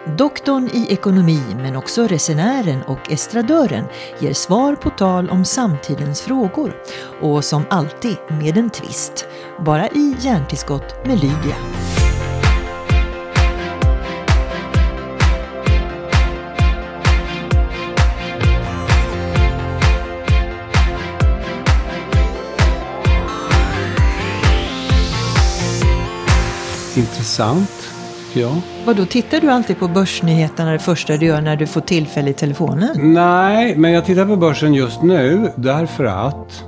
Doktorn i ekonomi men också resenären och estradören ger svar på tal om samtidens frågor. Och som alltid med en twist. Bara i Hjärntillskott med Lydia. Intressant. Ja. Vadå, tittar du alltid på börsnyheterna det första du gör när du får tillfälle i telefonen? Nej, men jag tittar på börsen just nu därför att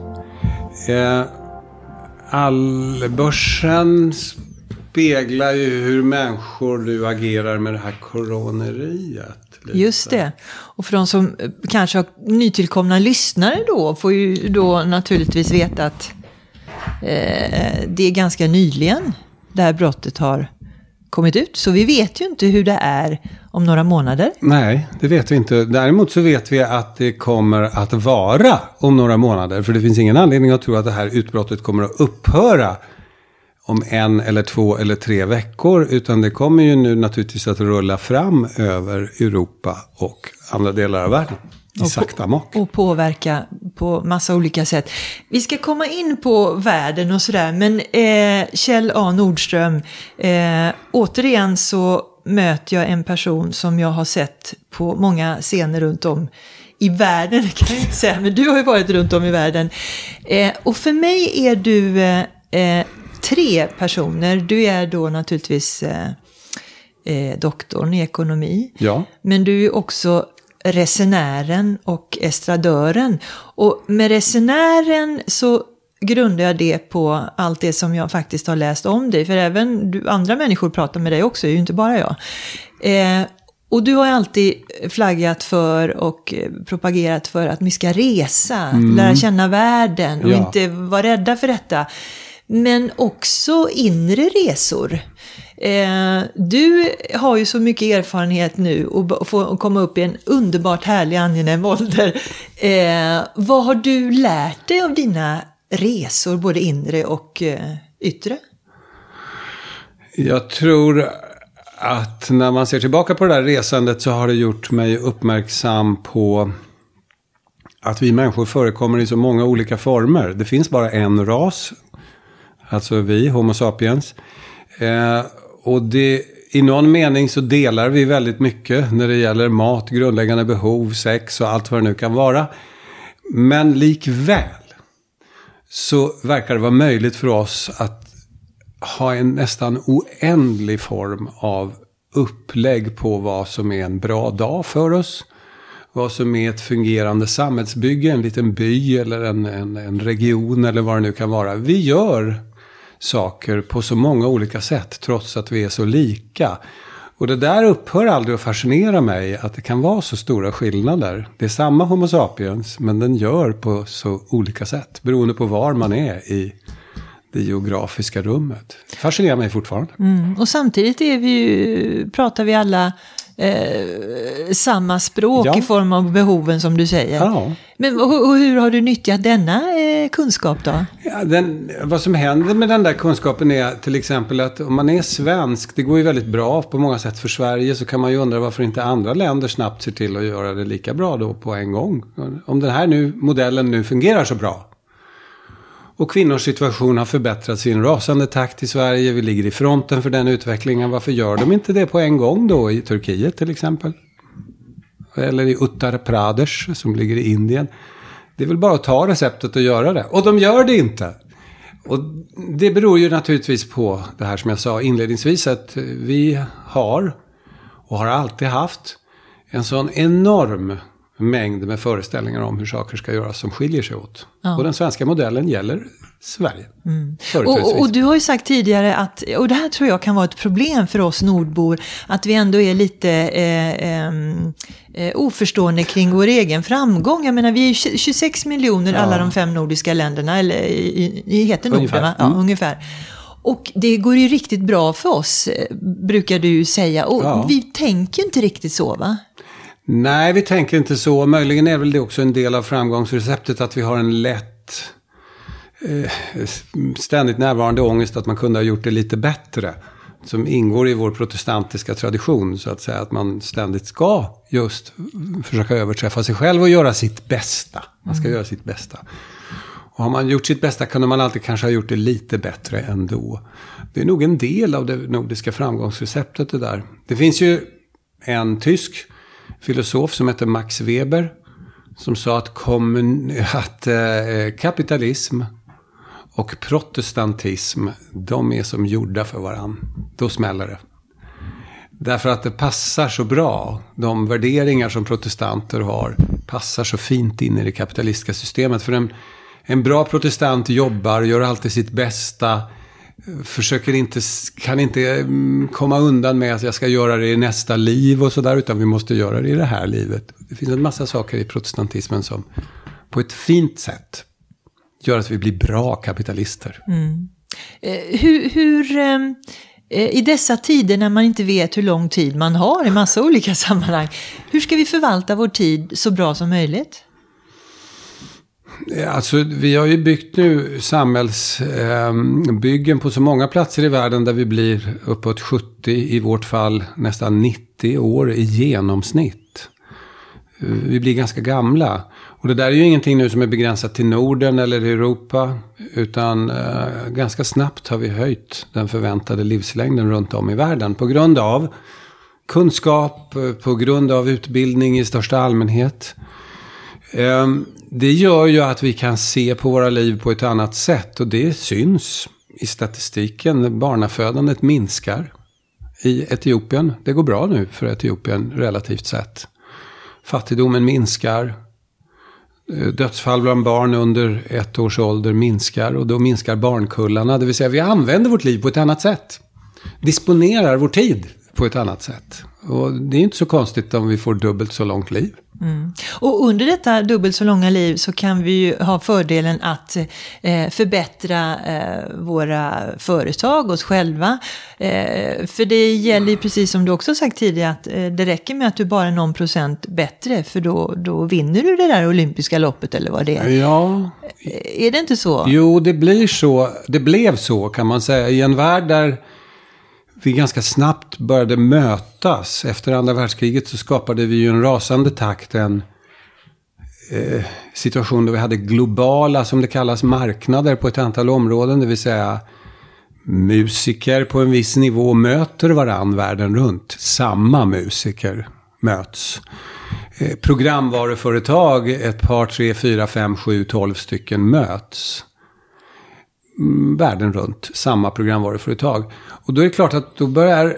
all börsen speglar ju hur människor nu agerar med det här coroneriet. Lite. Just det. Och för de som kanske har nytillkomna lyssnare då får ju då naturligtvis veta att det är ganska nyligen det här brottet har kommit ut. Så vi vet ju inte hur det är om några månader. Nej, det vet vi inte. Däremot så vet vi att det kommer att vara om några månader. För det finns ingen anledning att tro att det här utbrottet kommer att upphöra om 1 eller 2 eller 3 veckor. Utan det kommer ju nu naturligtvis att rulla fram över Europa och andra delar av världen. I sakta mak. Och påverka på massa olika sätt. Vi ska komma in på världen och sådär. Men Kjell A. Nordström, återigen så möter jag en person som jag har sett på många scener runt om i världen, kan jag inte säga. Men du har ju varit runt om i världen. Och för mig är du 3 personer. Du är då naturligtvis doktorn i ekonomi. Ja. Men du är också resenären och estradören. Och med resenären så grundar jag det på allt det som jag faktiskt har läst om dig. För även andra människor pratar med dig också, ju inte bara jag. Och du har ju alltid flaggat för och propagerat för att vi ska resa, lära känna världen och inte vara rädda för detta. Men också inre resor. Du har ju så mycket erfarenhet nu och får komma upp i en underbart härlig angenäm ålder. Vad har du lärt dig av dina resor, både inre och yttre? Jag tror att när man ser tillbaka på det där resandet så har det gjort mig uppmärksam på att vi människor förekommer i så många olika former. Det finns bara en ras, alltså vi, Homo sapiens. Och i någon mening så delar vi väldigt mycket när det gäller mat, grundläggande behov, sex och allt vad det nu kan vara. Men likväl så verkar det vara möjligt för oss att ha en nästan oändlig form av upplägg på vad som är en bra dag för oss. Vad som är ett fungerande samhällsbygge, en liten by eller en region eller vad det nu kan vara. Vi gör saker på så många olika sätt trots att vi är så lika. Och det där upphör aldrig att fascinera mig, att det kan vara så stora skillnader. Det är samma Homo sapiens, men den gör på så olika sätt beroende på var man är i det geografiska rummet. Det fascinerar mig fortfarande. Och samtidigt pratar vi alla samma språk i form av behoven som du säger. Ja. Men hur har du nyttjat denna kunskap då? Ja, vad som händer med den där kunskapen är till exempel att om man är svensk, det går ju väldigt bra på många sätt för Sverige, så kan man ju undra varför inte andra länder snabbt ser till att göra det lika bra då på en gång. Om den här modellen nu fungerar så bra. Och kvinnors situation har förbättrats i en rasande takt i Sverige. Vi ligger i fronten för den utvecklingen. Varför gör de inte det på en gång då i Turkiet till exempel? Eller i Uttar Pradesh som ligger i Indien. Det är väl bara att ta receptet och göra det. Och de gör det inte. Och det beror ju naturligtvis på det här som jag sa inledningsvis. Att vi har och har alltid haft en sån enorm mängd med föreställningar om hur saker ska göras som skiljer sig åt. Ja. Och den svenska modellen gäller Sverige. Och du har ju sagt tidigare att, och det här tror jag kan vara ett problem för oss nordbor, att vi ändå är lite oförstående kring vår egen framgång. Jag menar, vi är 26 miljoner alla de 5 nordiska länderna, eller i heter Norden, va? Ja, ungefär. Och det går ju riktigt bra för oss, brukar du säga. Och vi tänker inte riktigt så, va? Nej, vi tänker inte så. Möjligen är väl det också en del av framgångsreceptet att vi har en lätt, ständigt närvarande ångest att man kunde ha gjort det lite bättre som ingår i vår protestantiska tradition, så att säga, att man ständigt ska just försöka överträffa sig själv och göra sitt bästa. Man ska göra sitt bästa. Och har man gjort sitt bästa kunde man alltid kanske ha gjort det lite bättre ändå. Det är nog en del av det nordiska framgångsreceptet det där. Det finns ju en tysk filosof som heter Max Weber som sa att kapitalism och protestantism, de är som gjorda för varann. Då smäller det. Därför att det passar så bra. De värderingar som protestanter har passar så fint in i det kapitalistiska systemet. För en bra protestant jobbar, gör alltid sitt bästa, kan inte komma undan med att jag ska göra det i nästa liv och sådär, utan vi måste göra det i det här livet. Det finns en massa saker i protestantismen som på ett fint sätt gör att vi blir bra kapitalister. Mm. I dessa tider när man inte vet hur lång tid man har i massa olika sammanhang, hur ska vi förvalta vår tid så bra som möjligt? Alltså, vi har ju byggt nu samhällsbyggen på så många platser i världen där vi blir uppåt 70, i vårt fall nästan 90 år i genomsnitt. Vi blir ganska gamla. Och det där är ju ingenting nu som är begränsat till Norden eller Europa, utan ganska snabbt har vi höjt den förväntade livslängden runt om i världen på grund av kunskap, på grund av utbildning i största allmänhet. Det gör ju att vi kan se på våra liv på ett annat sätt, och det syns i statistiken. Barnafödandet minskar i Etiopien. Det går bra nu för Etiopien relativt sett. Fattigdomen minskar. Dödsfall bland barn under 1 års ålder minskar, och då minskar barnkullarna. Det vill säga vi använder vårt liv på ett annat sätt. Disponerar vår tid på ett annat sätt. Och det är inte så konstigt om vi får dubbelt så långt liv. Mm. Och under detta dubbelt så långa liv så kan vi ju ha fördelen att förbättra våra företag, oss själva. För det gäller ju precis som du också sagt tidigare att det räcker med att du bara är någon procent bättre, för då vinner du det där olympiska loppet eller vad det är. Ja. Är det inte så? Jo, det blir så. Det blev så, kan man säga, i en värld där vi ganska snabbt började mötas. Efter andra världskriget så skapade vi ju en rasande takt en situation där vi hade globala, som det kallas, marknader på ett antal områden. Det vill säga musiker på en viss nivå möter varann världen runt. Samma musiker möts. Programvaruföretag, 1, 2, 3, 4, 5, 7, 12 stycken möts. Världen runt, samma programvaruföretag. Och då är det klart att då börjar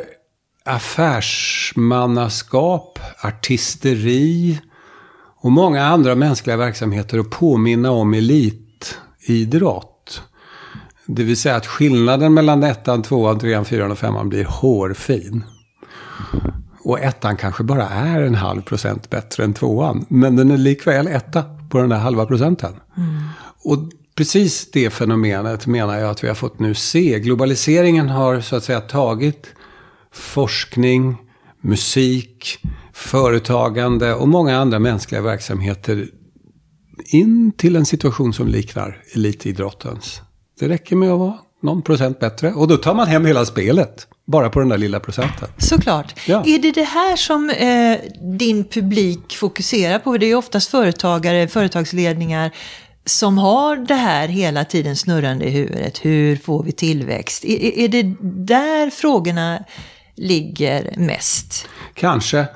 affärsmannaskap, artisteri och många andra mänskliga verksamheter att påminna om elitidrott. Det vill säga att skillnaden mellan 1, 2, 3, 4 och 5 blir hårfin. Och 1 kanske bara är 0,5% bättre än 2, men den är likväl 1 på den där 0,5%. Och precis det fenomenet menar jag att vi har fått nu se. Globaliseringen har så att säga tagit forskning, musik, företagande och många andra mänskliga verksamheter in till en situation som liknar elitidrottens. Det räcker med att vara någon procent bättre, och då tar man hem hela spelet bara på den där lilla procenten. Såklart. Ja. Är det här som din publik fokuserar på? Det är ju oftast företagare, företagsledningar som har det här hela tiden snurrande i huvudet. Hur får vi tillväxt? Är det där frågorna ligger mest? Kanske.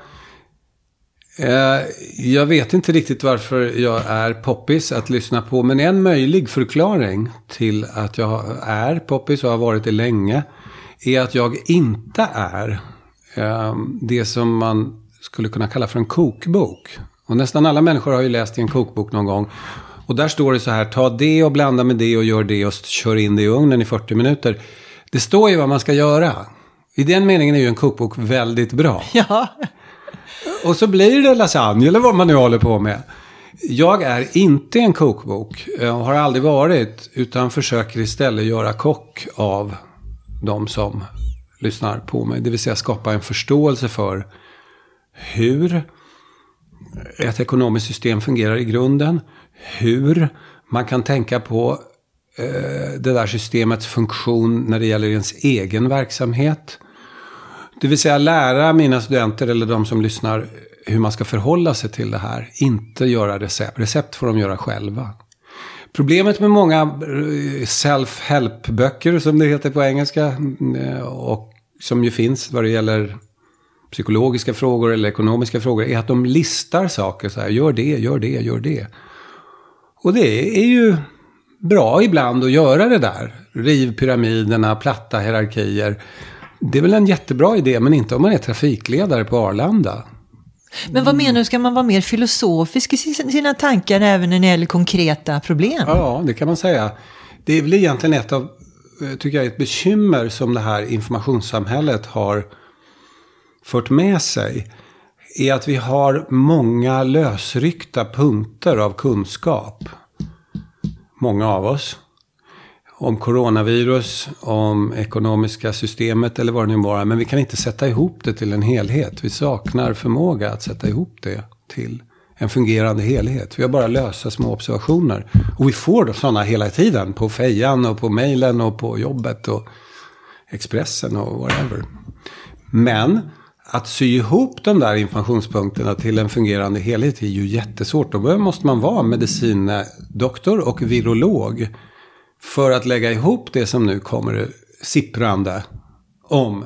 Jag vet inte riktigt varför jag är poppis att lyssna på. Men en möjlig förklaring till att jag är poppis och har varit det länge är att jag inte är det som man skulle kunna kalla för en kokbok. Och nästan alla människor har ju läst i en kokbok någon gång. Och där står det så här: ta det och blanda med det och gör det och kör in det i ugnen i 40 minuter. Det står ju vad man ska göra. I den meningen är ju en kokbok väldigt bra. Ja. Och så blir det lasagne eller vad man nu håller på med. Jag är inte en kokbok och har aldrig varit, utan försöker istället göra kock av de som lyssnar på mig. Det vill säga skapa en förståelse för hur ett ekonomiskt system fungerar i grunden. Hur man kan tänka på det där systemets funktion när det gäller ens egen verksamhet. Det vill säga lära mina studenter eller de som lyssnar hur man ska förhålla sig till det här. Inte göra recept. Recept får de göra själva. Problemet med många self-help-böcker som det heter på engelska och som ju finns vad det gäller psykologiska frågor eller ekonomiska frågor är att de listar saker så här. Gör det, gör det, gör det. Och det är ju bra ibland att göra det där. Riv pyramiderna, platta hierarkier. Det är väl en jättebra idé, men inte om man är trafikledare på Arlanda. Men vad menar du, ska man vara mer filosofisk i sina tankar även när det gäller konkreta problem? Ja, det kan man säga. Det är väl egentligen ett bekymmer som det här informationssamhället har fört med sig. Är att vi har många lösryckta punkter av kunskap. Många av oss. Om coronavirus, om ekonomiska systemet eller vad det nu var. Men vi kan inte sätta ihop det till en helhet. Vi saknar förmåga att sätta ihop det till en fungerande helhet. Vi har bara lösa små observationer. Och vi får då sådana hela tiden. På fejan och på mejlen och på jobbet och Expressen och whatever. Men att sy ihop de där informationspunkterna till en fungerande helhet är ju jättesvårt. Då måste man vara medicindoktor och virolog för att lägga ihop det som nu kommer sipprande om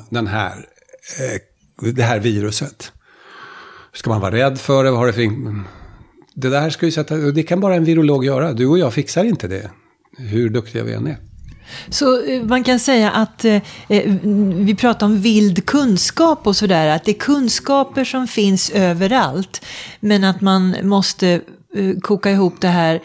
det här viruset. Ska man vara rädd för det? Vad har det för... Det där ska ju det kan bara en virolog göra. Du och jag fixar inte det. Hur duktiga vi än är. Så man kan säga att vi pratar om vild kunskap och sådär. Att det är kunskaper som finns överallt. Men att man måste koka ihop det här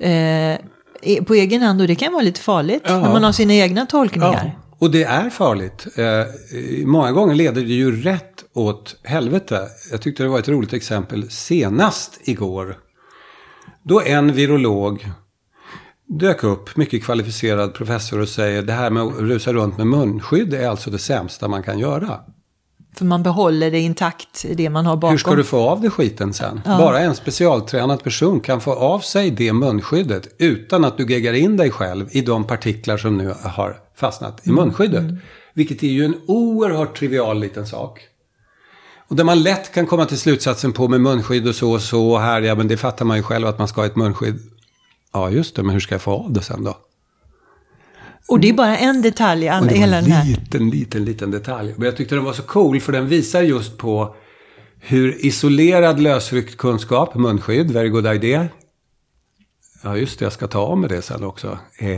på egen hand. Och det kan vara lite farligt när man har sina egna tolkningar. Ja, och det är farligt. Många gånger leder det ju rätt åt helvete. Jag tyckte det var ett roligt exempel senast igår. Då en virolog dök upp, mycket kvalificerad professor, och säger det här med att rusa runt med munskydd är alltså det sämsta man kan göra. För man behåller det intakt, det man har bakom. Hur ska du få av det skiten sen? Ja. Bara en specialtränad person kan få av sig det munskyddet utan att du geggar in dig själv i de partiklar som nu har fastnat i munskyddet. Vilket är ju en oerhört trivial liten sak. Och där man lätt kan komma till slutsatsen på med munskydd och så här, ja men det fattar man ju själv att man ska ha ett munskydd. Ja just det, men hur ska jag få av det sen då? Och det är bara en detalj. Och det var en liten detalj. Men jag tyckte den var så cool för den visar just på hur isolerad lösryckt kunskap, munskydd, very good idea. Ja just det, jag ska ta av med det sen också.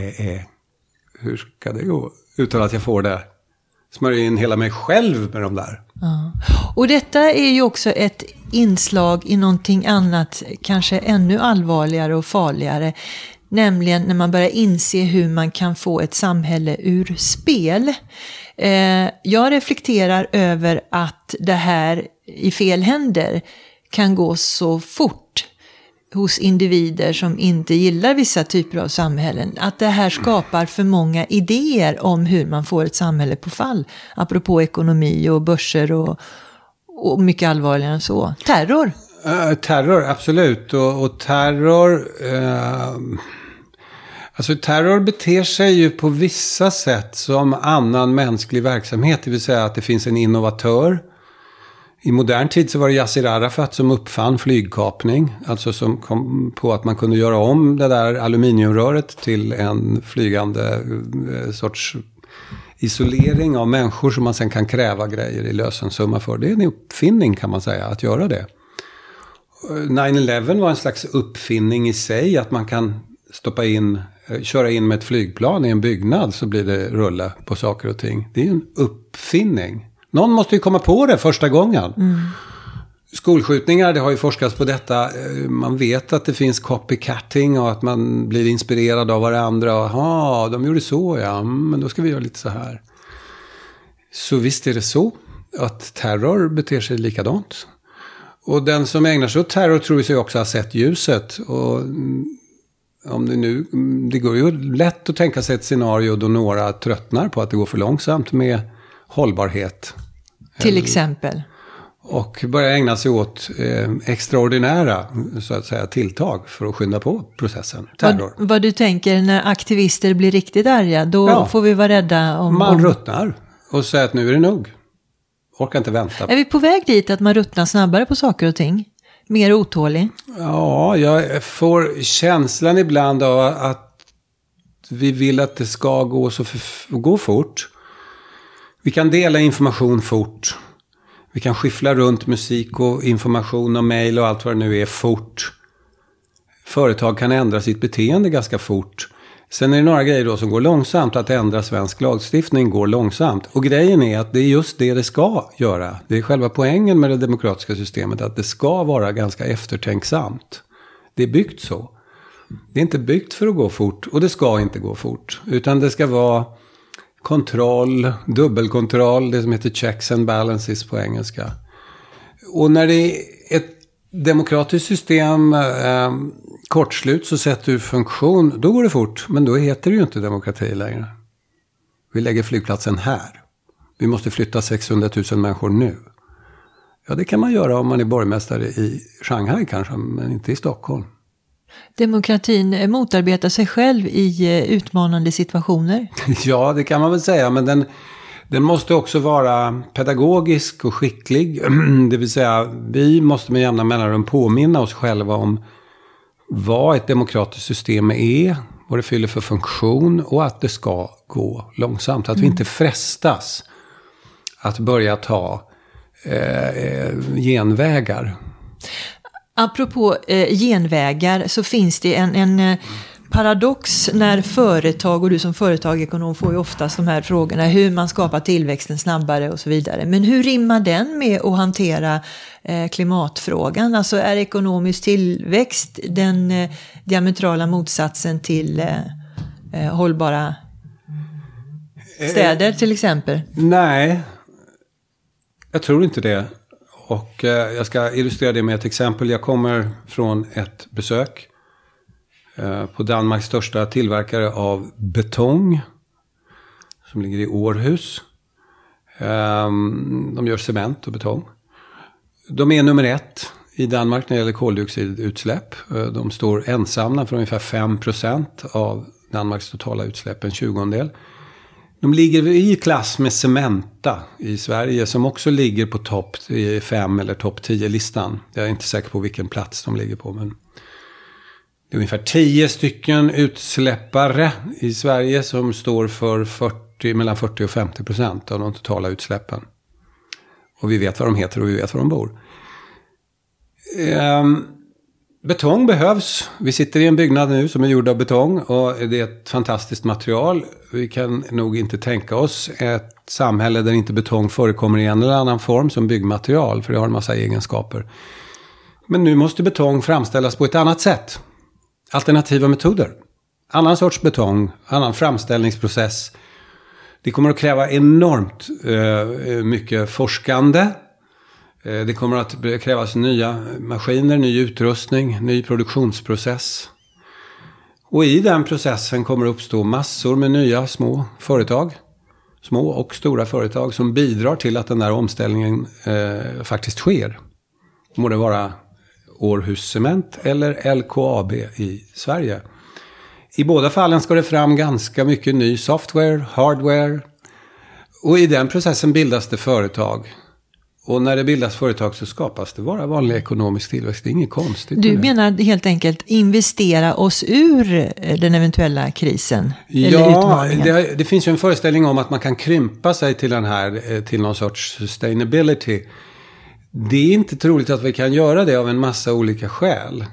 Hur ska det gå? Utan att jag får det. Smörja in hela mig själv med de där. Ja. Och detta är ju också ett inslag i någonting annat, kanske ännu allvarligare och farligare. Nämligen när man börjar inse hur man kan få ett samhälle ur spel. Jag reflekterar över att det här i fel händer kan gå så fort hos individer som inte gillar vissa typer av samhällen. Att det här skapar för många idéer om hur man får ett samhälle på fall. Apropå ekonomi och börser och mycket allvarligare än så. Terror. Terror, absolut. Och terror... Alltså terror beter sig ju på vissa sätt som annan mänsklig verksamhet. Det vill säga att det finns en innovatör. I modern tid så var det Yasser Arafat som uppfann flygkapning. Alltså som kom på att man kunde göra om det där aluminiumröret till en flygande sorts isolering av människor som man sen kan kräva grejer i lösensumma för. Det är en uppfinning kan man säga att göra det. 9/11 var en slags uppfinning i sig att man kan köra in med ett flygplan i en byggnad så blir det rulla på saker och ting. Det är ju en uppfinning. Någon måste ju komma på det första gången. Skolskjutningar, det har ju forskats på detta. Man vet att det finns copycatting och att man blir inspirerad av varandra. Jaha, de gjorde så, ja. Men då ska vi göra lite så här. Så visst är det så att terror beter sig likadant. Och den som ägnar sig åt terror tror vi sig också ha sett ljuset. Och om det går ju lätt att tänka sig ett scenario då några tröttnar på att det går för långsamt med hållbarhet. Till exempel. och börja ägna sig åt extraordinära så att säga, tilltag för att skynda på processen. Terror. Vad du tänker när aktivister blir riktigt arga, då får vi vara rädda om... Man ruttnar och säger att nu är det nog. Orkar inte vänta. Är vi på väg dit att man ruttnar snabbare på saker och ting? Mer otålig? Ja, jag får känslan ibland av att vi vill att det ska gå fort. Vi kan dela information fort. Vi kan skiffla runt musik och information och mejl och allt vad det nu är fort. Företag kan ändra sitt beteende ganska fort. Sen är det några grejer då som går långsamt. Att ändra svensk lagstiftning går långsamt. Och grejen är att det är just det ska göra. Det är själva poängen med det demokratiska systemet. Att det ska vara ganska eftertänksamt. Det är byggt så. Det är inte byggt för att gå fort. Och det ska inte gå fort. Utan det ska vara kontroll, dubbelkontroll. Det som heter checks and balances på engelska. Och när det är ett demokratiskt system kortslut så sätter du funktion, då går det fort. Men då heter det ju inte demokrati längre. Vi lägger flygplatsen här. Vi måste flytta 600 000 människor nu. Ja, det kan man göra om man är borgmästare i Shanghai kanske, men inte i Stockholm. Demokratin motarbetar sig själv i utmanande situationer. Ja, det kan man väl säga, men den måste också vara pedagogisk och skicklig. Det vill säga, vi måste med jämna mellanrum påminna oss själva om vad ett demokratiskt system är, vad det fyller för funktion och att det ska gå långsamt. Att vi inte frestas att börja ta genvägar. Apropå genvägar så finns det en paradox när företag, och du som företagsekonom får ju oftast de här frågorna, hur man skapar tillväxten snabbare och så vidare. Men hur rimmar den med att hantera klimatfrågan? Alltså är ekonomisk tillväxt den diametrala motsatsen till hållbara städer till exempel? Nej, jag tror inte det. Och jag ska illustrera det med ett exempel. Jag kommer från ett besök på Danmarks största tillverkare av betong som ligger i Århus. De gör cement och betong. De är nummer 1 i Danmark när det gäller koldioxidutsläpp. De står ensamma för ungefär 5% av Danmarks totala utsläpp, en 20-ondel. De ligger i klass med Cementa i Sverige som också ligger på topp 5 eller topp 10-listan. Jag är inte säker på vilken plats de ligger på, men det är ungefär 10 stycken utsläppare i Sverige som står för mellan 40 och 50% av de totala utsläppen. Och vi vet vad de heter och vi vet var de bor. Betong behövs. Vi sitter i en byggnad nu som är gjord av betong och det är ett fantastiskt material. Vi kan nog inte tänka oss ett samhälle där inte betong förekommer i en eller annan form som byggmaterial, för det har en massa egenskaper. Men nu måste betong framställas på ett annat sätt. Alternativa metoder. Annan sorts betong, annan framställningsprocess. Det kommer att kräva enormt mycket forskande. Det kommer att krävas nya maskiner, ny utrustning, ny produktionsprocess. Och i den processen kommer det uppstå massor med nya små företag. Små och stora företag som bidrar till att den där omställningen faktiskt sker. Må det vara Århus Cement eller LKAB i Sverige. I båda fallen ska det fram ganska mycket ny software, hardware. Och i den processen bildas det företag. Och när det bildas företag så skapas det bara vanlig ekonomisk tillväxt. Det är inget konstigt. Du menar helt enkelt investera oss ur den eventuella krisen? Ja, eller utmaningen? Det finns ju en föreställning om att man kan krympa sig till någon sorts sustainability. Det är inte troligt att vi kan göra det av en massa olika skäl.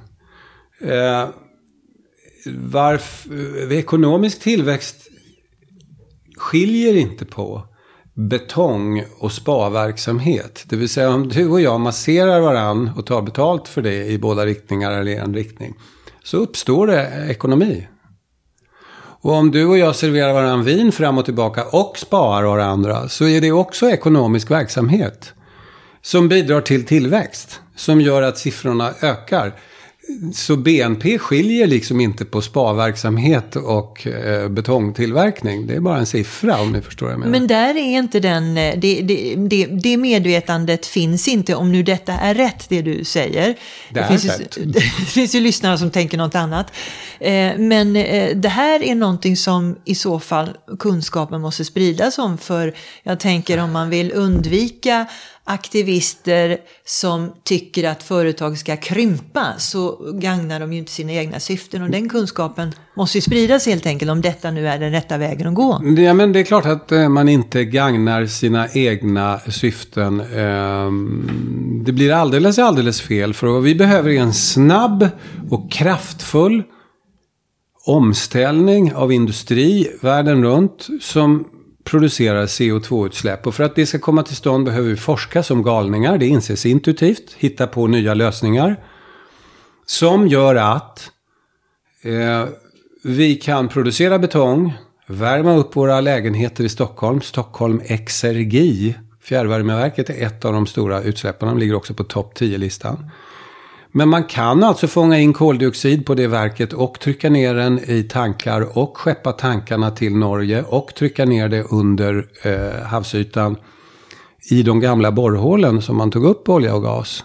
Ekonomisk tillväxt skiljer inte på betong och sparverksamhet. Det vill säga om du och jag masserar varann och tar betalt för det i båda riktningar eller i en riktning, så uppstår det ekonomi. Och om du och jag serverar varann vin fram och tillbaka och sparar varandra, så är det också ekonomisk verksamhet som bidrar till tillväxt, som gör att siffrorna ökar. Så BNP skiljer liksom inte på sparverksamhet och betongtillverkning. Det är bara en siffra, om ni förstår vad jag menar. Men där är inte det medvetandet finns inte, om nu detta är rätt det du säger. Det finns ju lyssnare som tänker något annat. Men det här är någonting som i så fall kunskapen måste spridas om, för jag tänker om man vill undvika aktivister som tycker att företag ska krympa, så gagnar de ju inte sina egna syften, och den kunskapen måste ju spridas helt enkelt, om detta nu är den rätta vägen att gå. Ja, men det är klart att man inte gagnar sina egna syften. Det blir alldeles fel, för vi behöver en snabb och kraftfull omställning av industri världen runt som producerar CO2-utsläpp. Och för att det ska komma till stånd behöver vi forska som galningar. Det inses intuitivt. Hitta på nya lösningar som gör att vi kan producera betong, värma upp våra lägenheter i Stockholm. Stockholm Exergi, fjärrvärmeverket, är ett av de stora utsläpparna. De ligger också på topp 10-listan. Men man kan alltså fånga in koldioxid på det verket och trycka ner den i tankar och skeppa tankarna till Norge och trycka ner det under havsytan i de gamla borrhålen som man tog upp olja och gas.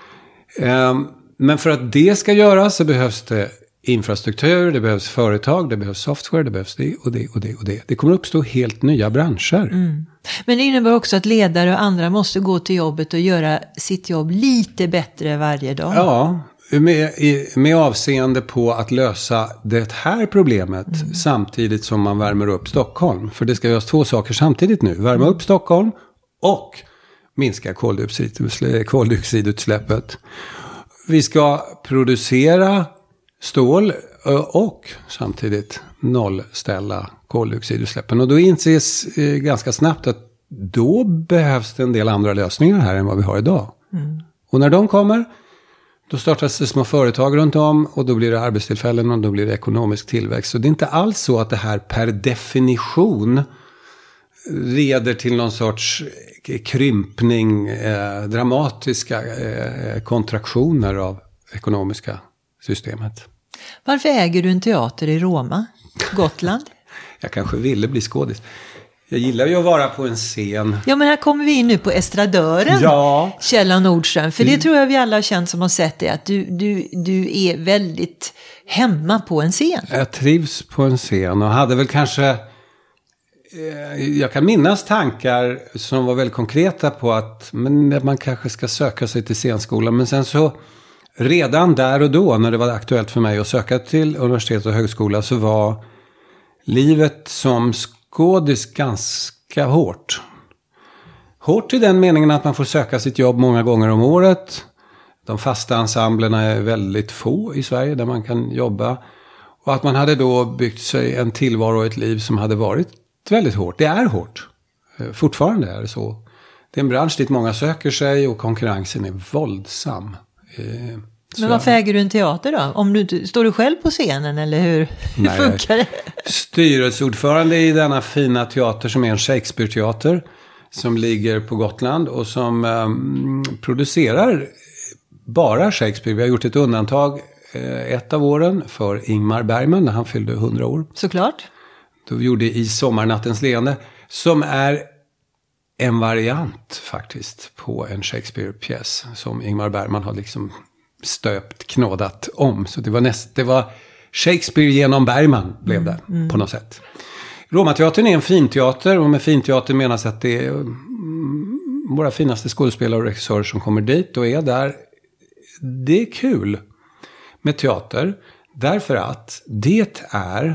Men för att det ska göras så behövs det infrastruktur, det behövs företag, det behövs software, det behövs det och det och det och det. Det kommer uppstå helt nya branscher. Mm. Men det innebär också att ledare och andra måste gå till jobbet och göra sitt jobb lite bättre varje dag. Ja, med avseende på att lösa det här problemet samtidigt som man värmer upp Stockholm. För det ska göras två saker samtidigt nu. Värma upp Stockholm och minska koldioxidutsläppet. Vi ska producera stål och samtidigt nollställa koldioxidutsläppen. Och då inses ganska snabbt att då behövs det en del andra lösningar här än vad vi har idag. Mm. Och när de kommer, då startas det små företag runt om och då blir det arbetstillfällen och då blir det ekonomisk tillväxt. Så det är inte alls så att det här per definition leder till någon sorts krympning, dramatiska kontraktioner av ekonomiska systemet. Varför äger du en teater i Roma, Gotland? Jag kanske ville bli skådis. Jag gillar ju att vara på en scen. Ja, men här kommer vi in nu på estradören, Kjell Nordström. För det tror jag vi alla har känt som har sett det, att du är väldigt hemma på en scen. Jag trivs på en scen och hade väl kanske... Jag kan minnas tankar som var väldigt konkreta på att man kanske ska söka sig till scenskolan. Men sen så redan där och då när det var aktuellt för mig att söka till universitet och högskola så var livet som skådis ganska hårt. Hårt i den meningen att man får söka sitt jobb många gånger om året. De fasta ensemblerna är väldigt få i Sverige där man kan jobba. Och att man hade då byggt sig en tillvaro och ett liv som hade varit väldigt hårt. Det är hårt. Fortfarande är det så. Det är en bransch dit många söker sig och konkurrensen är våldsam. Men varför äger du en teater då? Står du själv på scenen eller hur funkar det? Styrelseordförande i denna fina teater som är en Shakespeare-teater som ligger på Gotland och som producerar bara Shakespeare. Vi har gjort ett undantag ett av åren för Ingmar Bergman när han fyllde 100 år. Såklart. Då gjorde I sommarnattens leende som är en variant faktiskt på en Shakespeare-pjäs som Ingmar Bergman har liksom knådat om. Så det var Shakespeare genom Bergman blev det på något sätt. Romateatern är en finteater och med finteater menas att det är våra finaste skådespelare och regissörer som kommer dit och är där. Det är kul med teater därför att det är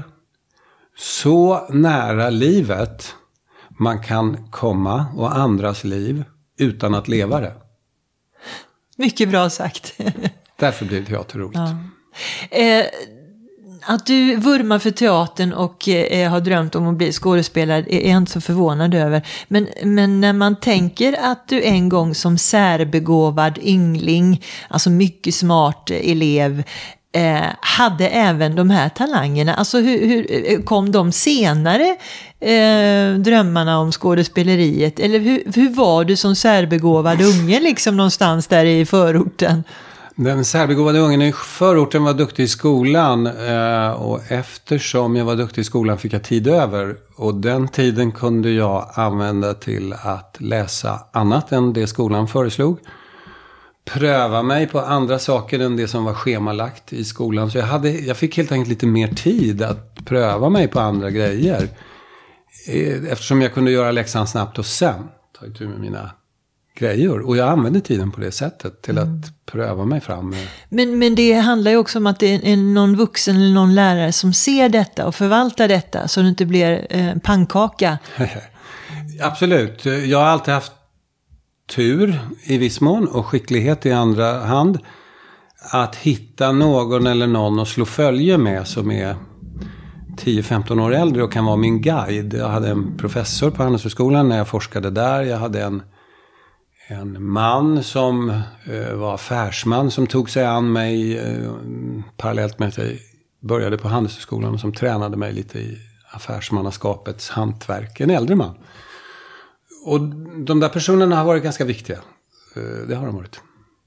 så nära livet man kan komma och andras liv utan att leva det. Mycket bra sagt. Därför blir teater roligt. Ja. Att du vurmar för teatern och har drömt om att bli skådespelare är jag inte så förvånad över. Men när man tänker att du en gång som särbegåvad yngling, alltså mycket smart elev, hade även de här talangerna. Alltså hur kom de senare, drömmarna om skådespeleriet? Eller hur var du som särbegåvad unge liksom någonstans där i förorten? Den särbegåvade ungen i förorten var duktig i skolan och eftersom jag var duktig i skolan fick jag tid över. Och den tiden kunde jag använda till att läsa annat än det skolan föreslog. Pröva mig på andra saker än det som var schemalagt i skolan. Så jag fick helt enkelt lite mer tid att pröva mig på andra grejer. Eftersom jag kunde göra läxan snabbt och sen ta itu med mina grejer. Och jag använde tiden på det sättet till att pröva mig fram. Men det handlar ju också om att det är någon vuxen eller någon lärare som ser detta och förvaltar detta så det inte blir pannkaka. Absolut. Jag har alltid haft tur i viss mån och skicklighet i andra hand. Att hitta någon eller någon att slå följe med som är 10-15 år äldre och kan vara min guide. Jag hade en professor på Handelshögskolan när jag forskade där. Jag hade en man som var affärsman som tog sig an mig parallellt med att jag började på Handelshögskolan och som tränade mig lite i affärsmannaskapets hantverk. En äldre man. Och de där personerna har varit ganska viktiga. Det har de varit.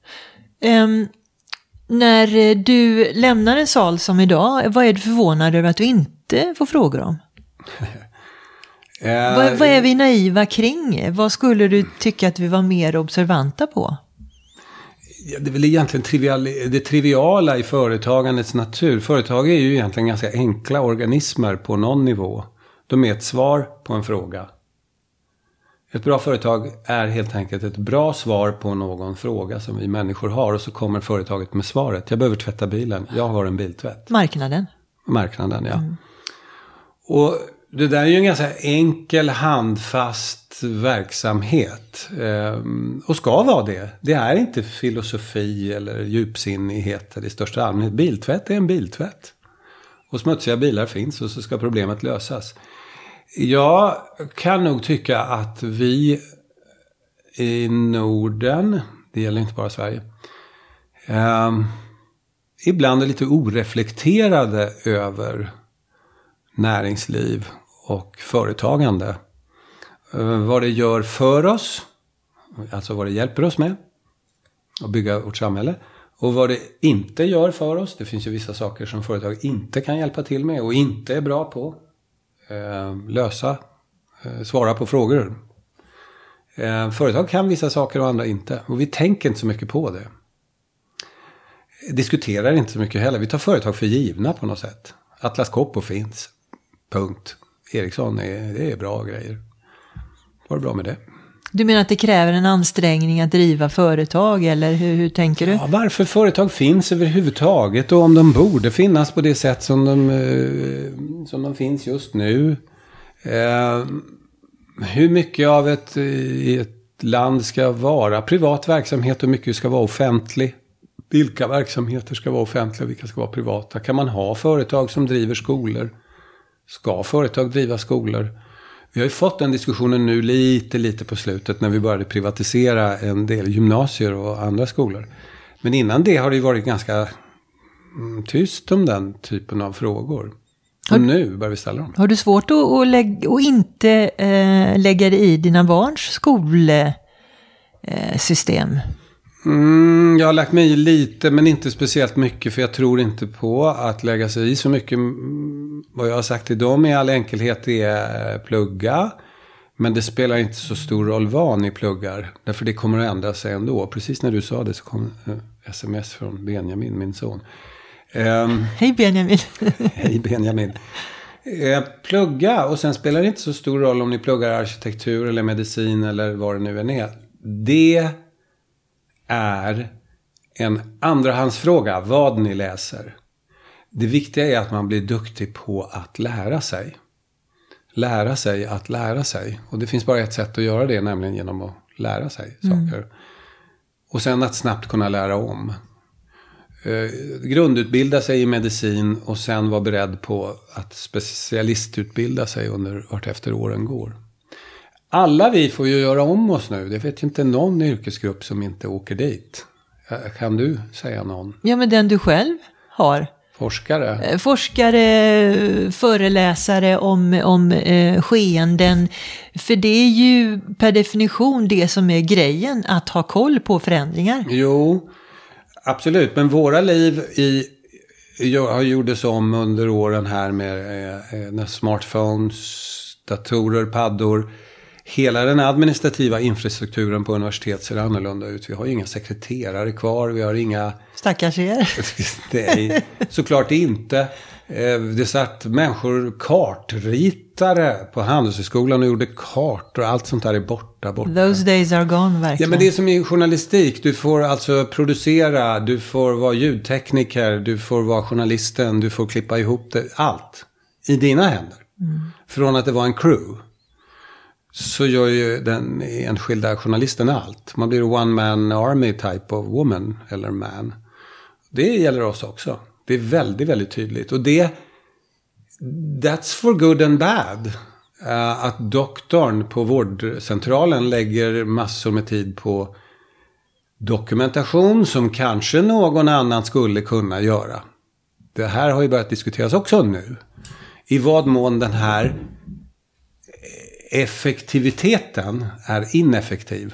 När du lämnar en sal som idag, vad är du förvånad över att du inte får frågor om? Vad är vi naiva kring? Vad skulle du tycka att vi var mer observanta på? Ja, det är väl egentligen det triviala i företagandets natur. Företag är ju egentligen ganska enkla organismer på någon nivå. De är ett svar på en fråga. Ett bra företag är helt enkelt ett bra svar på någon fråga som vi människor har. Och så kommer företaget med svaret. Jag behöver tvätta bilen. Jag har en biltvätt. Marknaden, ja. Och det där är ju en ganska enkel, handfast verksamhet. Och ska vara det. Det är inte filosofi eller djupsinnigheter i största allmänhet. Biltvätt är en biltvätt. Och smutsiga bilar finns och så ska problemet lösas. Jag kan nog tycka att vi i Norden, det gäller inte bara Sverige, ibland är lite oreflekterade över näringsliv och företagande. Vad det gör för oss, alltså vad det hjälper oss med att bygga vårt samhälle. Och vad det inte gör för oss, det finns ju vissa saker som företag inte kan hjälpa till med och inte är bra på. Svara på frågor. Företag kan vissa saker och andra inte. Och vi tänker inte så mycket på det. Diskuterar inte så mycket heller. Vi tar företag för givna på något sätt. Atlas Copco finns. Punkt. Ericsson, det är bra grejer. Var det bra med det? Du menar att det kräver en ansträngning att driva företag, eller hur tänker du? Ja, varför företag finns överhuvudtaget och om de borde finnas på det sätt som de finns just nu. Hur mycket av ett land ska vara privat verksamhet och hur mycket ska vara offentlig? Vilka verksamheter ska vara offentliga och vilka ska vara privata? Kan man ha företag som driver skolor? Ska företag driva skolor? Vi har ju fått den diskussionen nu lite på slutet när vi började privatisera en del gymnasier och andra skolor. Men innan det har det ju varit ganska tyst om den typen av frågor. Och nu börjar vi ställa dem. Har du svårt att inte lägga det i dina barns skolsystem? Jag har lagt mig i lite men inte speciellt mycket för jag tror inte på att lägga sig i så mycket. Vad jag har sagt till dem i all enkelhet är plugga. Men det spelar inte så stor roll vad ni pluggar. Därför det kommer att ändra sig ändå. Precis när du sa det så kom sms från Benjamin, min son. Hej Benjamin. Hej Benjamin. Plugga och sen spelar det inte så stor roll om ni pluggar arkitektur eller medicin eller vad det nu än är. Det är en andrahandsfråga vad ni läser. Det viktiga är att man blir duktig på att lära sig. Lära sig att lära sig. Och det finns bara ett sätt att göra det, nämligen genom att lära sig saker. Och sen att snabbt kunna lära om. Grundutbilda sig i medicin och sen vara beredd på att specialistutbilda sig under vart efter åren går. Alla vi får ju göra om oss nu. Det vet ju inte någon yrkesgrupp som inte åker dit. Kan du säga någon? Ja, men den du själv har. Forskare, föreläsare om skeenden. För det är ju per definition det som är grejen, att ha koll på förändringar. Jo, Absolut, men våra liv har gjordes om under åren här med smartphones, datorer, paddor. Hela den administrativa infrastrukturen på universitet ser annorlunda ut. Vi har inga sekreterare kvar, vi har inga... Stackars er. Nej, såklart inte. Det satt människor kartritare på Handelshögskolan och gjorde kartor och allt sånt där är borta. Those days are gone, verkligen. Ja, men det är som i journalistik. Du får alltså producera, du får vara ljudtekniker, du får vara journalisten, du får klippa ihop det. Allt i dina händer. Från att det var en crew så gör ju den enskilda journalisten allt. Man blir one man army type of woman eller man. Det gäller oss också. Det är väldigt, väldigt tydligt. Och that's for good and bad. Att doktorn på vårdcentralen lägger massor med tid på dokumentation som kanske någon annan skulle kunna göra. Det här har ju börjat diskuteras också nu. I vad mån den här effektiviteten är ineffektiv.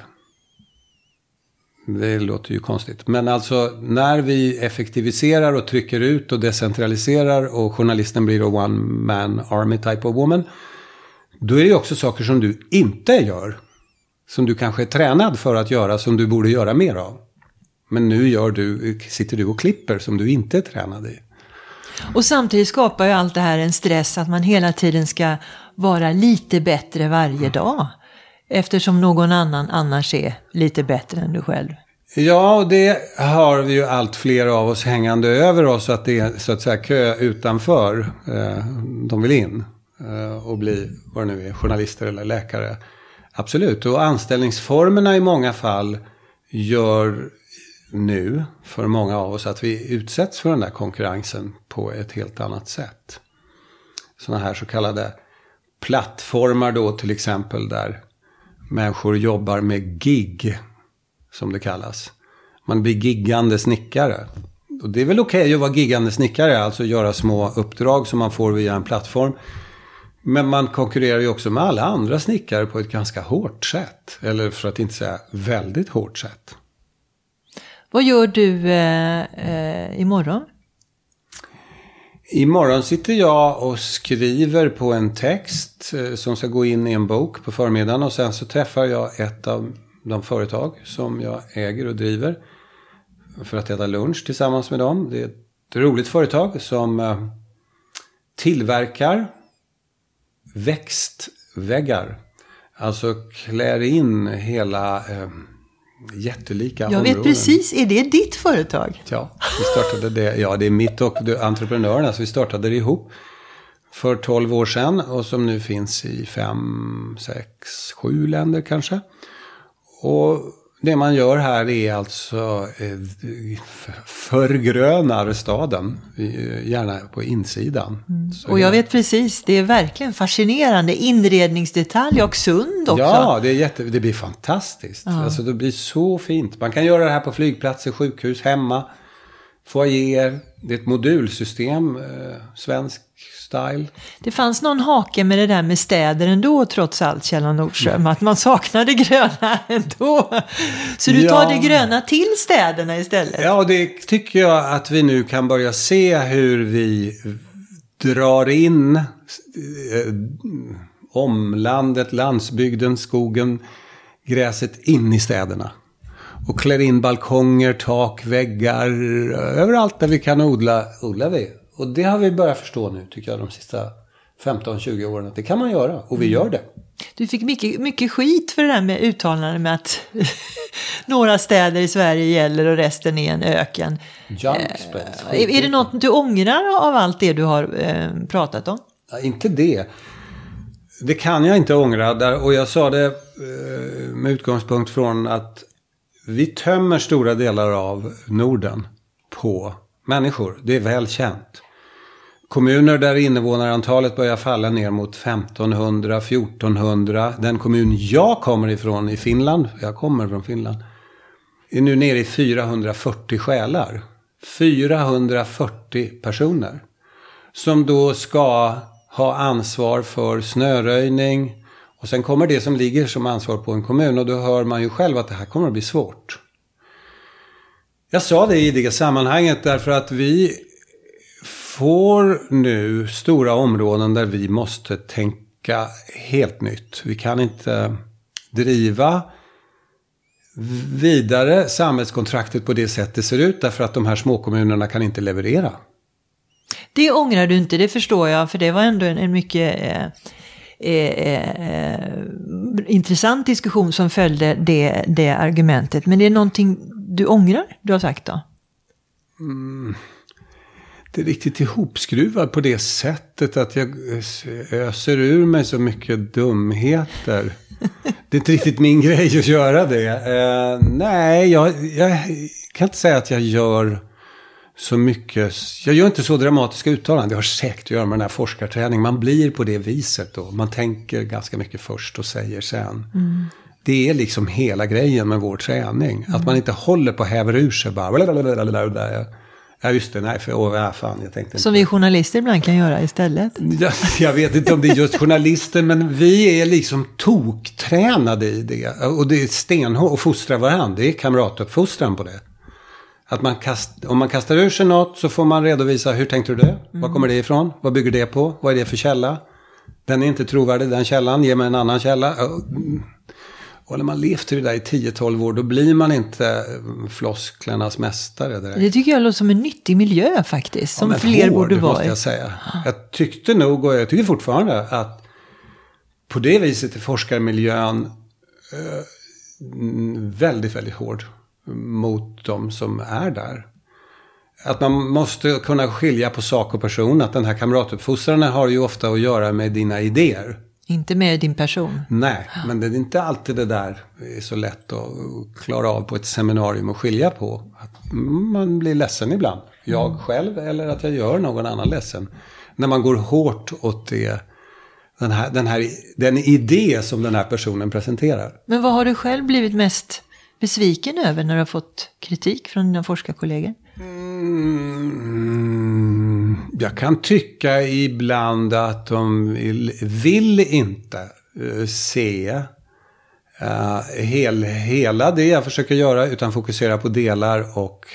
Det låter ju konstigt. Men alltså när vi effektiviserar och trycker ut och decentraliserar och journalisten blir one man army type of woman. Då är det ju också saker som du inte gör. Som du kanske är tränad för att göra som du borde göra mer av. Men nu sitter du och klipper som du inte är tränad i. Och samtidigt skapar ju allt det här en stress att man hela tiden ska vara lite bättre varje dag. Eftersom någon annan annars är lite bättre än du själv. Ja, och det har vi ju allt fler av oss hängande över oss. Att det är så att säga kö utanför. De vill in och bli, vad det nu är, journalister eller läkare. Absolut. Och anställningsformerna i många fall gör nu för många av oss att vi utsätts för den där konkurrensen på ett helt annat sätt. Sådana här så kallade plattformar då till exempel där människor jobbar med gig som det kallas. Man blir giggande snickare. Och det är väl okej att vara giggande snickare, alltså göra små uppdrag som man får via en plattform. Men man konkurrerar ju också med alla andra snickare på ett ganska hårt sätt. Eller för att inte säga väldigt hårt sätt. Vad gör du imorgon? Imorgon sitter jag och skriver på en text som ska gå in i en bok på förmiddagen. Och sen så träffar jag ett av de företag som jag äger och driver för att äta lunch tillsammans med dem. Det är ett roligt företag som tillverkar växtväggar. Alltså klär in hela jättelika områden. Jag vet precis, är det ditt företag? Ja, vi startade det. Ja, det är mitt och entreprenörerna. Så vi startade det ihop för 12 år sedan. Och som nu finns i 5, 6, 7 länder kanske. Och det man gör här är alltså förgrönar staden. Gärna på insidan. Och jag vet precis, det är verkligen fascinerande. Inredningsdetalj och sund också. Ja, det blir fantastiskt. Ja. Alltså det blir så fint. Man kan göra det här på flygplatser, sjukhus, hemma, foajer. Det är ett modulsystem, svensk style. Det fanns någon hake med det där med städer ändå, trots allt, Kjell Nordström. Att man saknade gröna ändå. Så du tar det gröna till städerna istället? Ja, det tycker jag att vi nu kan börja se hur vi drar in omlandet, landsbygden, skogen, gräset in i städerna. Och klär in balkonger, tak, väggar, överallt där vi kan odlar vi. Och det har vi börjat förstå nu, tycker jag, de sista 15-20 åren. Att det kan man göra, och vi gör det. Du fick mycket skit för det där med uttalanden med att några städer i Sverige gäller och resten är en öken. Är det något du ångrar av allt det du har pratat om? Ja, inte det. Det kan jag inte ångra. Och jag sa det med utgångspunkt från att vi tömmer stora delar av Norden på människor. Det är väl känt. Kommuner där invånarantalet börjar falla ner mot 1500, 1400. Den kommun jag kommer ifrån i Finland, jag kommer från Finland, är nu nere i 440 själar. 440 personer. Som då ska ha ansvar för snöröjning. Och sen kommer det som ligger som ansvar på en kommun. Och då hör man ju själv att det här kommer att bli svårt. Jag sa det i det sammanhanget därför att vi får nu stora områden där vi måste tänka helt nytt. Vi kan inte driva vidare samhällskontraktet på det sätt det ser ut därför att de här småkommunerna kan inte leverera. Det ångrar du inte, det förstår jag, för det var ändå en mycket intressant diskussion som följde det argumentet. Men det är någonting du ångrar, du har sagt då? Det är riktigt ihopskruvad på det sättet att jag öser ur mig så mycket dumheter. Det är inte riktigt min grej att göra det. Nej, jag kan inte säga att jag gör så mycket. Jag gör inte så dramatiska uttalanden. Det har säkert att göra med den här forskarträningen. Man blir på det viset då. Man tänker ganska mycket först och säger sen. Mm. Det är liksom hela grejen med vår träning. Att man inte håller på och häver ur sig bara. Ja just det, nej fan, jag tänkte som vi journalister ibland kan göra istället. Jag vet inte om det är just journalister, men vi är liksom toktränade i det. Och det är stenhårt att fostra varandra. Det är kamratuppfostran på det. Att om man kastar ur sig något så får man redovisa, hur tänkte du det? Var kommer det ifrån? Vad bygger det på? Vad är det för källa? Den är inte trovärdig, den källan. Ge mig en annan källa. Och när man levt i det där i 10-12 år, då blir man inte flosklernas mästare direkt. Det tycker jag låter som en nyttig miljö faktiskt. Som fler borde vara. Måste jag säga. Jag tyckte nog, och jag tycker fortfarande, att på det viset är forskarmiljön väldigt, väldigt hård mot de som är där. Att man måste kunna skilja på sak och person. Att den här kamratuppfostran har ju ofta att göra med dina idéer. Inte med din person. Nej, men det är inte alltid det där är så lätt att klara av på ett seminarium och skilja på. Att man blir ledsen ibland. Jag själv eller att jag gör någon annan ledsen. När man går hårt åt den idé som den här personen presenterar. Men vad har du själv blivit mest besviken över när du har fått kritik från dina forskarkollegor? Jag kan tycka ibland att de vill inte se hela det jag försöker göra, utan fokusera på delar och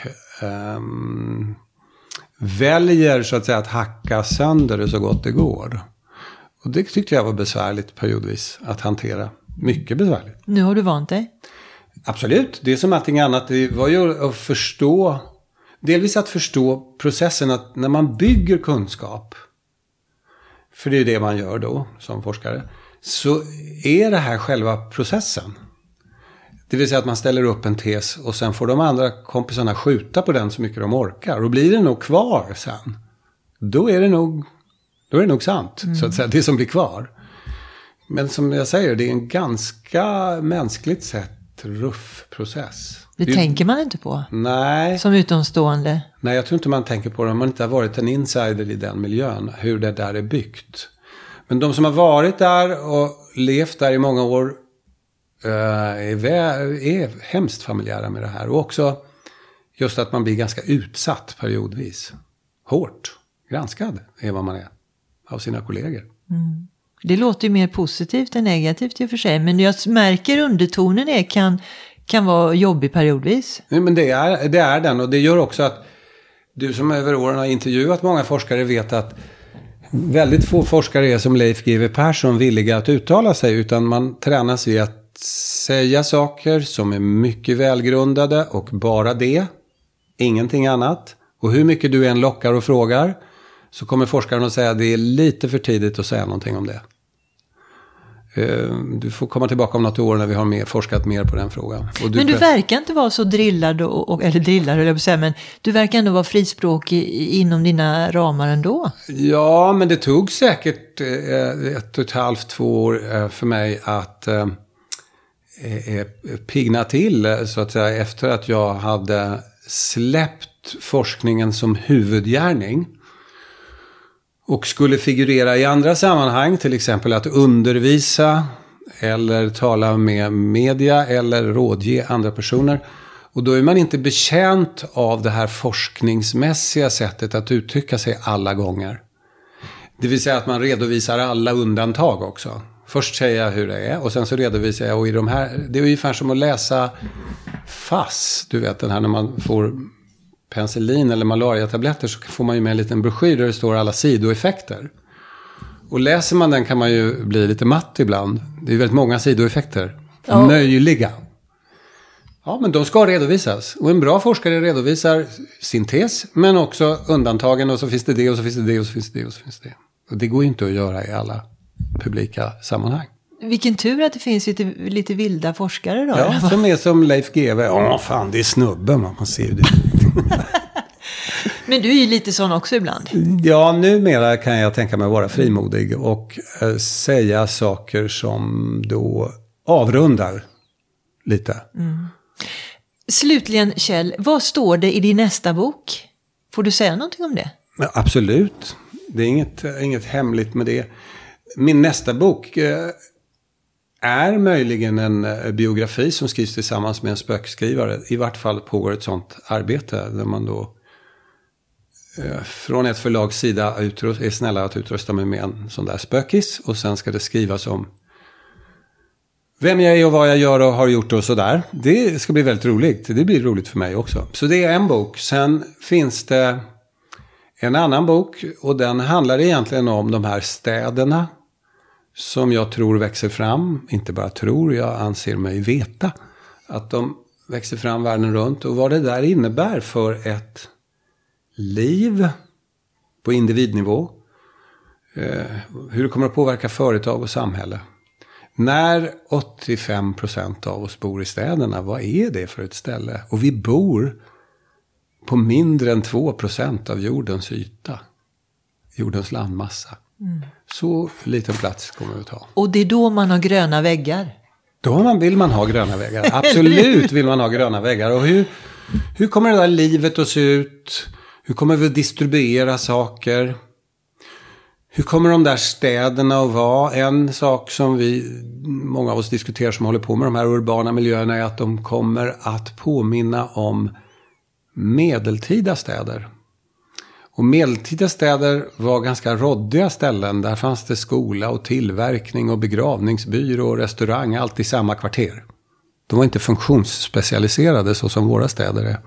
väljer så att säga att hacka sönder det så gott det går. Och det tyckte jag var besvärligt periodvis att hantera. Mycket besvärligt. Nu har du vant dig? Absolut. Det är som allting annat. Det var ju att förstå, delvis att förstå processen att när man bygger kunskap, för det är det man gör då som forskare, så är det här själva processen. Det vill säga att man ställer upp en tes och sen får de andra kompisarna skjuta på den så mycket de orkar. Och blir det nog kvar sen, då är det nog sant, så att säga, det som blir kvar. Men som jag säger, det är en ganska mänskligt sett ruff process. Det tänker man inte på? Nej. Som utomstående? Nej, jag tror inte man tänker på det om man inte har varit en insider i den miljön. Hur det där är byggt. Men de som har varit där och levt där i många år är hemskt familjära med det här. Och också just att man blir ganska utsatt periodvis. Hårt granskad är vad man är av sina kollegor. Mm. Det låter ju mer positivt än negativt i och för sig. Men jag märker undertonen kan vara jobbig periodvis. Nej, men det är den. Och det gör också att du som över åren har intervjuat många forskare vet att väldigt få forskare är som Leif GW Persson villiga att uttala sig. Utan man tränas i att säga saker som är mycket välgrundade och bara det. Ingenting annat. Och hur mycket du än lockar och frågar, så kommer forskaren att säga att det är lite för tidigt att säga någonting om det. Du får komma tillbaka om något år när vi har forskat mer på den frågan. Men du verkar inte vara så drillad, eller drillad höll jag på att säga, men du verkar ändå vara frispråkig inom dina ramar ändå. Ja, men det tog säkert 1,5-2 år för mig att pigna till, så att säga, efter att jag hade släppt forskningen som huvudgärning. Och skulle figurera i andra sammanhang, till exempel att undervisa eller tala med media eller rådge andra personer. Och då är man inte betjänt av det här forskningsmässiga sättet att uttrycka sig alla gånger. Det vill säga att man redovisar alla undantag också. Först säger jag hur det är och sen så redovisar jag, och i de här, det är ungefär som att läsa FASS, du vet den här när man får penicillin eller malariatabletter så får man ju med en liten broschyr där det står alla sidoeffekter. Och läser man den kan man ju bli lite matt ibland. Det är väldigt många sidoeffekter. Ja. Möjliga. Ja, men de ska redovisas. Och en bra forskare redovisar sin tes, men också undantagen och så finns det det och så finns det det och så finns det det och så finns det. Och det går ju inte att göra i alla publika sammanhang. Vilken tur att det finns lite vilda forskare då. Ja, som är som Leif GW. Fan, det är snubben, man ser ju det. Men du är ju lite sån också ibland. Ja, numera kan jag tänka mig vara frimodig och säga saker som då avrundar lite. Mm. Slutligen, Kjell, vad står det i din nästa bok? Får du säga någonting om det? Ja, absolut. Det är inget hemligt med det. Min nästa bok är möjligen en biografi som skrivs tillsammans med en spökskrivare. I vart fall pågår ett sånt arbete där man då från ett förlags sida är snälla att utrusta mig med en sån där spökis. Och sen ska det skrivas om vem jag är och vad jag gör och har gjort och sådär. Det ska bli väldigt roligt. Det blir roligt för mig också. Så det är en bok. Sen finns det en annan bok. Och den handlar egentligen om de här städerna som jag tror växer fram. Inte bara tror, jag anser mig veta. Att de växer fram världen runt. Och vad det där innebär för ett liv på individnivå. Hur det kommer att påverka företag och samhälle. När 85% av oss bor i städerna, vad är det för ett ställe? Och vi bor på mindre än 2% av jordens yta. Jordens landmassa. Mm. Så liten plats kommer vi att ta. Och det är då man har gröna väggar? Då vill man ha gröna väggar. Absolut vill man ha gröna väggar. Och hur kommer det där livet att se ut? Hur kommer vi att distribuera saker? Hur kommer de där städerna att vara? En sak som många av oss diskuterar som håller på med de här urbana miljöerna är att de kommer att påminna om medeltida städer. Och medeltida städer var ganska råddiga ställen. Där fanns det skola och tillverkning och begravningsbyrå och restaurang. Allt i samma kvarter. De var inte funktionsspecialiserade så som våra städer är.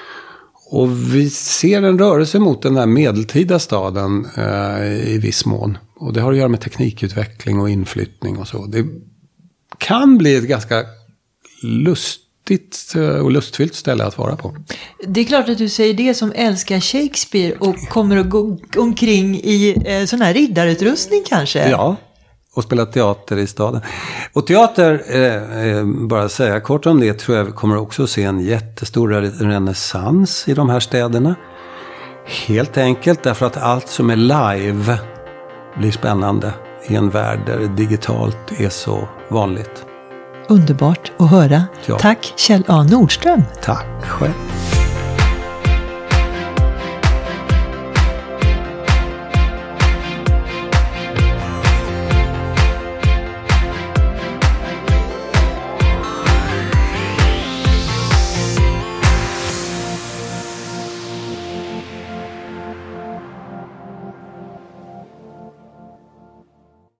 Och vi ser en rörelse mot den här medeltida staden i viss mån. Och det har att göra med teknikutveckling och inflyttning och så. Det kan bli ett ganska lustigt och lustfyllt ställe att vara på. Det är klart att du säger det som älskar Shakespeare och kommer att gå omkring i sån här riddarutrustning kanske. Ja, och spela teater i staden. Och teater, bara säga kort om det, tror jag kommer också att se en jättestor renässans i de här städerna. Helt enkelt därför att allt som är live blir spännande i en värld där digitalt är så vanligt. Underbart att höra. Ja. Tack Kjell A. Nordström. Tack själv.